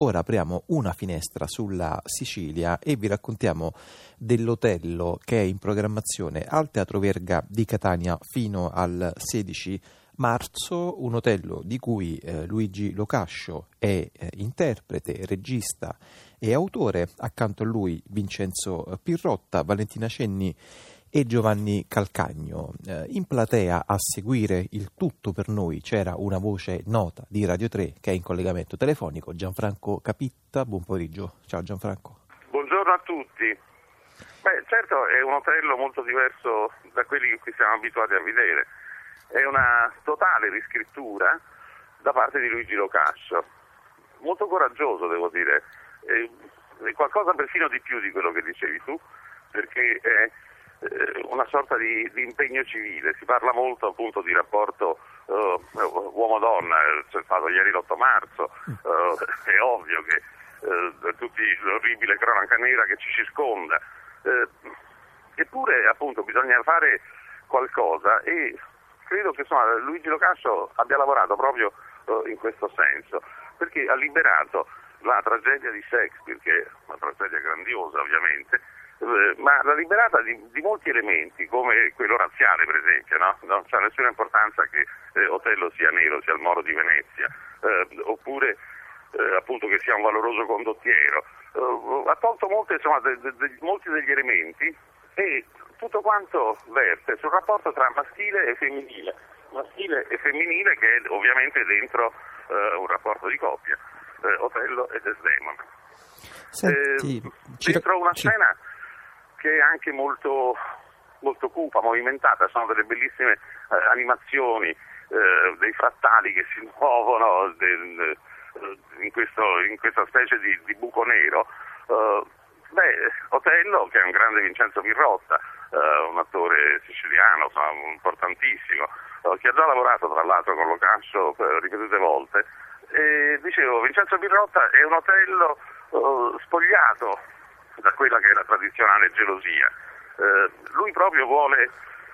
ora apriamo una finestra sulla Sicilia e vi raccontiamo dell'Otello che è in programmazione al Teatro Verga di Catania fino al 16 marzo, un Otello di cui Luigi Locascio è interprete, regista e autore, accanto a lui Vincenzo Pirrotta, Valentina Cenni e Giovanni Calcagno. In platea a seguire il tutto per noi c'era una voce nota di Radio 3 che è in collegamento telefonico, Gianfranco Capitta. Buon pomeriggio. Ciao Gianfranco. Buongiorno a tutti. Certo è un Otello molto diverso da quelli che siamo abituati a vedere. È una totale riscrittura da parte di Luigi Locascio. Molto coraggioso, devo dire. È qualcosa perfino di più di quello che dicevi tu, perché è una sorta di impegno civile. Si parla molto appunto di rapporto uomo-donna, c'è stato ieri l'8 marzo, è ovvio che tutti l'orribile cronaca nera che ci circonda, eppure appunto bisogna fare qualcosa e credo che Luigi Locascio abbia lavorato proprio in questo senso, perché ha liberato la tragedia di Shakespeare, che è una tragedia grandiosa ovviamente, ma l'ha liberata di molti elementi, come quello razziale per esempio, no? Non c'è nessuna importanza che Otello sia nero, sia il Moro di Venezia, oppure appunto che sia un valoroso condottiero. Ha tolto molti degli elementi e tutto quanto verte sul rapporto tra maschile e femminile che è ovviamente dentro un rapporto di coppia, Otello e Desdemona. Dentro una scena che è anche molto, molto cupa, movimentata, sono delle bellissime animazioni, dei frattali che si muovono in questa specie di buco nero. Otello, che è un grande Vincenzo Pirrotta, un attore siciliano, importantissimo, che ha già lavorato tra l'altro con Locascio ripetute volte, e dicevo, Vincenzo Pirrotta è un Otello spogliato da quella che è la tradizionale gelosia. Lui proprio vuole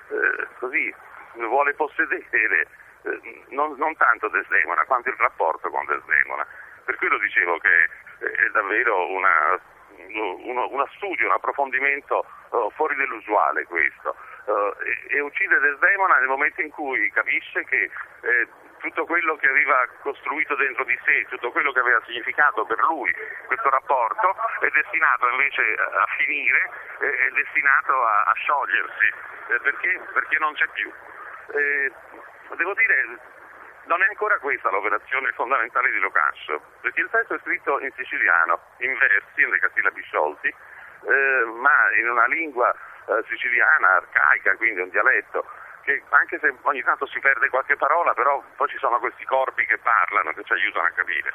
possedere non tanto Desdemona quanto il rapporto con Desdemona. Per quello dicevo che è davvero uno studio, un approfondimento fuori dell'usuale questo, e uccide Desdemona nel momento in cui capisce che tutto quello che aveva costruito dentro di sé, tutto quello che aveva significato per lui questo rapporto è destinato invece a finire, è destinato a sciogliersi, perché non c'è più. Devo dire, non è ancora questa l'operazione fondamentale di Locascio, perché il testo è scritto in siciliano, in versi, in decasillabi sciolti, ma in una lingua siciliana arcaica, quindi un dialetto, che anche se ogni tanto si perde qualche parola, però poi ci sono questi corpi che parlano, che ci aiutano a capire.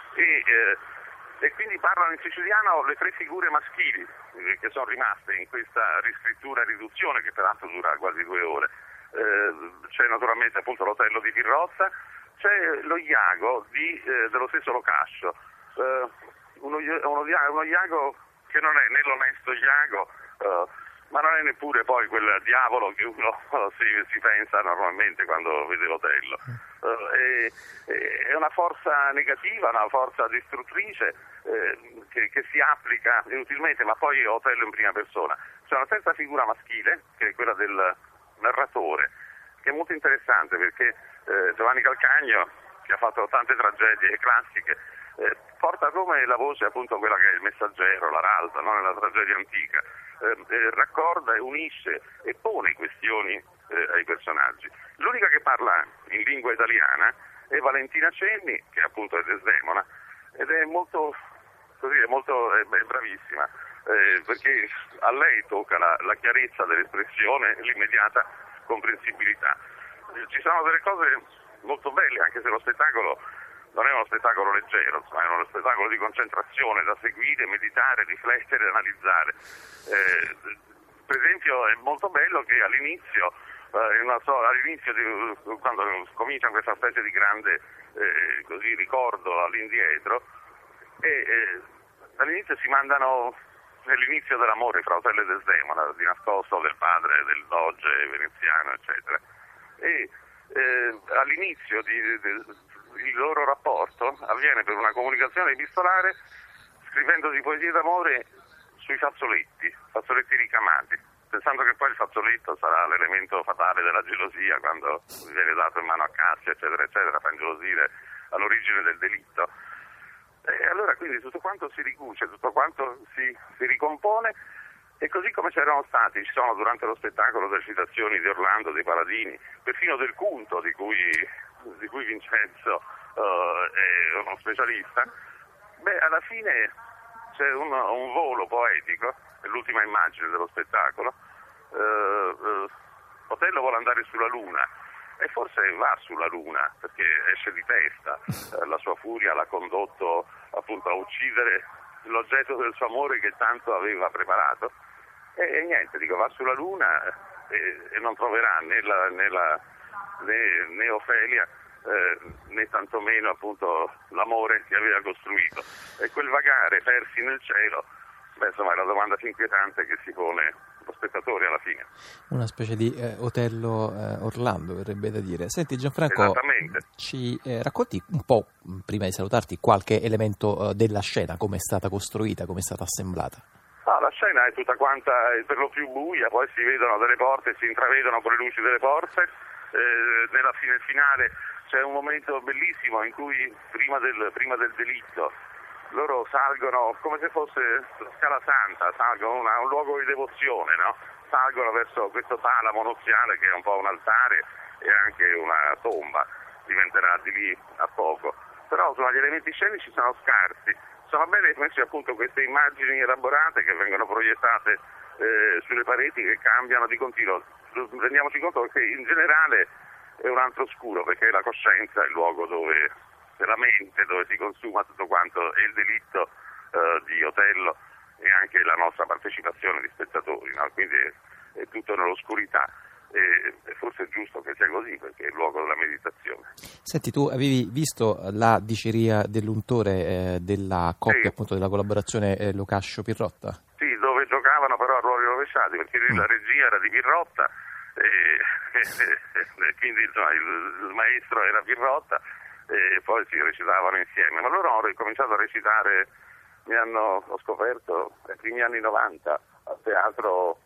E quindi parlano in siciliano le tre figure maschili che sono rimaste in questa riscrittura e riduzione, che peraltro dura quasi 2 ore. C'è naturalmente appunto l'Otello di Pirrotta, c'è lo Iago dello stesso Locascio, uno Iago che non è né l'onesto Iago, ma non è neppure poi quel diavolo che uno si pensa normalmente quando vede l'Otello. È una forza negativa, una forza distruttrice che si applica inutilmente, ma poi Otello in prima persona. C'è una terza figura maschile, che è quella del narratore, che è molto interessante perché Giovanni Calcagno, che ha fatto tante tragedie classiche, porta come la voce appunto quella che è il messaggero, l'araldo, no? Nella tragedia antica, raccorda e unisce e pone questioni ai personaggi. L'unica che parla in lingua italiana è Valentina Cenni, che appunto è Desdemona, ed è è bravissima, perché a lei tocca la chiarezza dell'espressione e l'immediata comprensibilità. Ci sono delle cose molto belle, anche se lo spettacolo non è uno spettacolo leggero, è uno spettacolo di concentrazione da seguire, meditare, riflettere, analizzare. Per esempio è molto bello che all'inizio, quando comincia questa specie di grande ricordo all'indietro, all'inizio si mandano l'inizio dell'amore fra Otello e Desdemona, di nascosto del padre del doge veneziano, eccetera. E all'inizio il loro rapporto avviene per una comunicazione epistolare, scrivendosi poesie d'amore sui fazzoletti ricamati, pensando che poi il fazzoletto sarà l'elemento fatale della gelosia quando viene dato in mano a Cassia, eccetera, eccetera, fa ingelosire all'origine del delitto. E allora quindi tutto quanto si ricuce, tutto quanto si ricompone, e così come ci sono durante lo spettacolo delle citazioni di Orlando, dei Paladini, perfino del Cunto, di cui Vincenzo è uno specialista. Alla fine c'è un volo poetico, è l'ultima immagine dello spettacolo. Otello vuole andare sulla Luna e forse va sulla Luna perché esce di testa, la sua furia l'ha condotto appunto a uccidere l'oggetto del suo amore che tanto aveva preparato, e niente, va sulla Luna e non troverà né Ofelia né tantomeno appunto l'amore che aveva costruito, e quel vagare persi nel cielo, insomma è la domanda più inquietante che si pone lo spettatore alla fine. Una specie di Otello Orlando, verrebbe da dire. Senti Gianfranco, ci racconti un po', prima di salutarti, qualche elemento della scena, come è stata costruita, come è stata assemblata? La scena è tutta quanta per lo più buia, poi si vedono delle porte, si intravedono con le luci delle porte. Nel finale c'è un momento bellissimo in cui prima del delitto loro salgono come se fosse la Scala Santa, salgono a un luogo di devozione, no? Salgono verso questo talamo nuziale che è un po' un altare e anche una tomba, diventerà di lì a poco. Però gli elementi scenici sono scarsi, sono bene messi appunto queste immagini elaborate che vengono proiettate sulle pareti, che cambiano di continuo. Rendiamoci conto che in generale è un antro oscuro, perché la coscienza è il luogo dove c'è la mente, dove si consuma tutto quanto è il delitto di Otello e anche la nostra partecipazione di spettatori, no? Quindi è tutto nell'oscurità. E forse è giusto che sia così, perché è il luogo della meditazione. Senti, tu avevi visto la diceria dell'untore della coppia, sì, appunto della collaborazione Locascio-Pirrotta? Sì, dove giocavano però a ruoli rovesciati, perché la regia era di Pirrotta e quindi insomma, il maestro era Pirrotta e poi si recitavano insieme. Ma loro hanno ricominciato a recitare, ho scoperto, nei primi anni 90 al teatro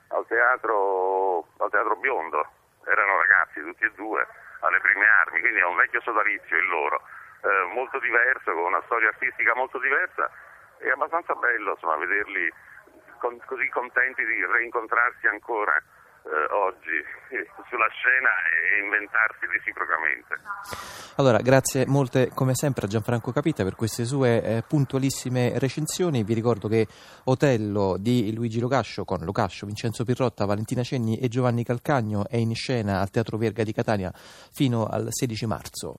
Biondo. Erano ragazzi tutti e due alle prime armi, quindi è un vecchio sodalizio il loro, molto diverso, con una storia artistica molto diversa. È abbastanza bello insomma vederli così contenti di reincontrarsi ancora oggi sulla scena e inventarsi reciprocamente. Allora, grazie molte come sempre a Gianfranco Capita per queste sue puntualissime recensioni. Vi ricordo che Otello di Luigi Locascio, con Locascio, Vincenzo Pirrotta, Valentina Cenni e Giovanni Calcagno, è in scena al Teatro Verga di Catania fino al 16 marzo.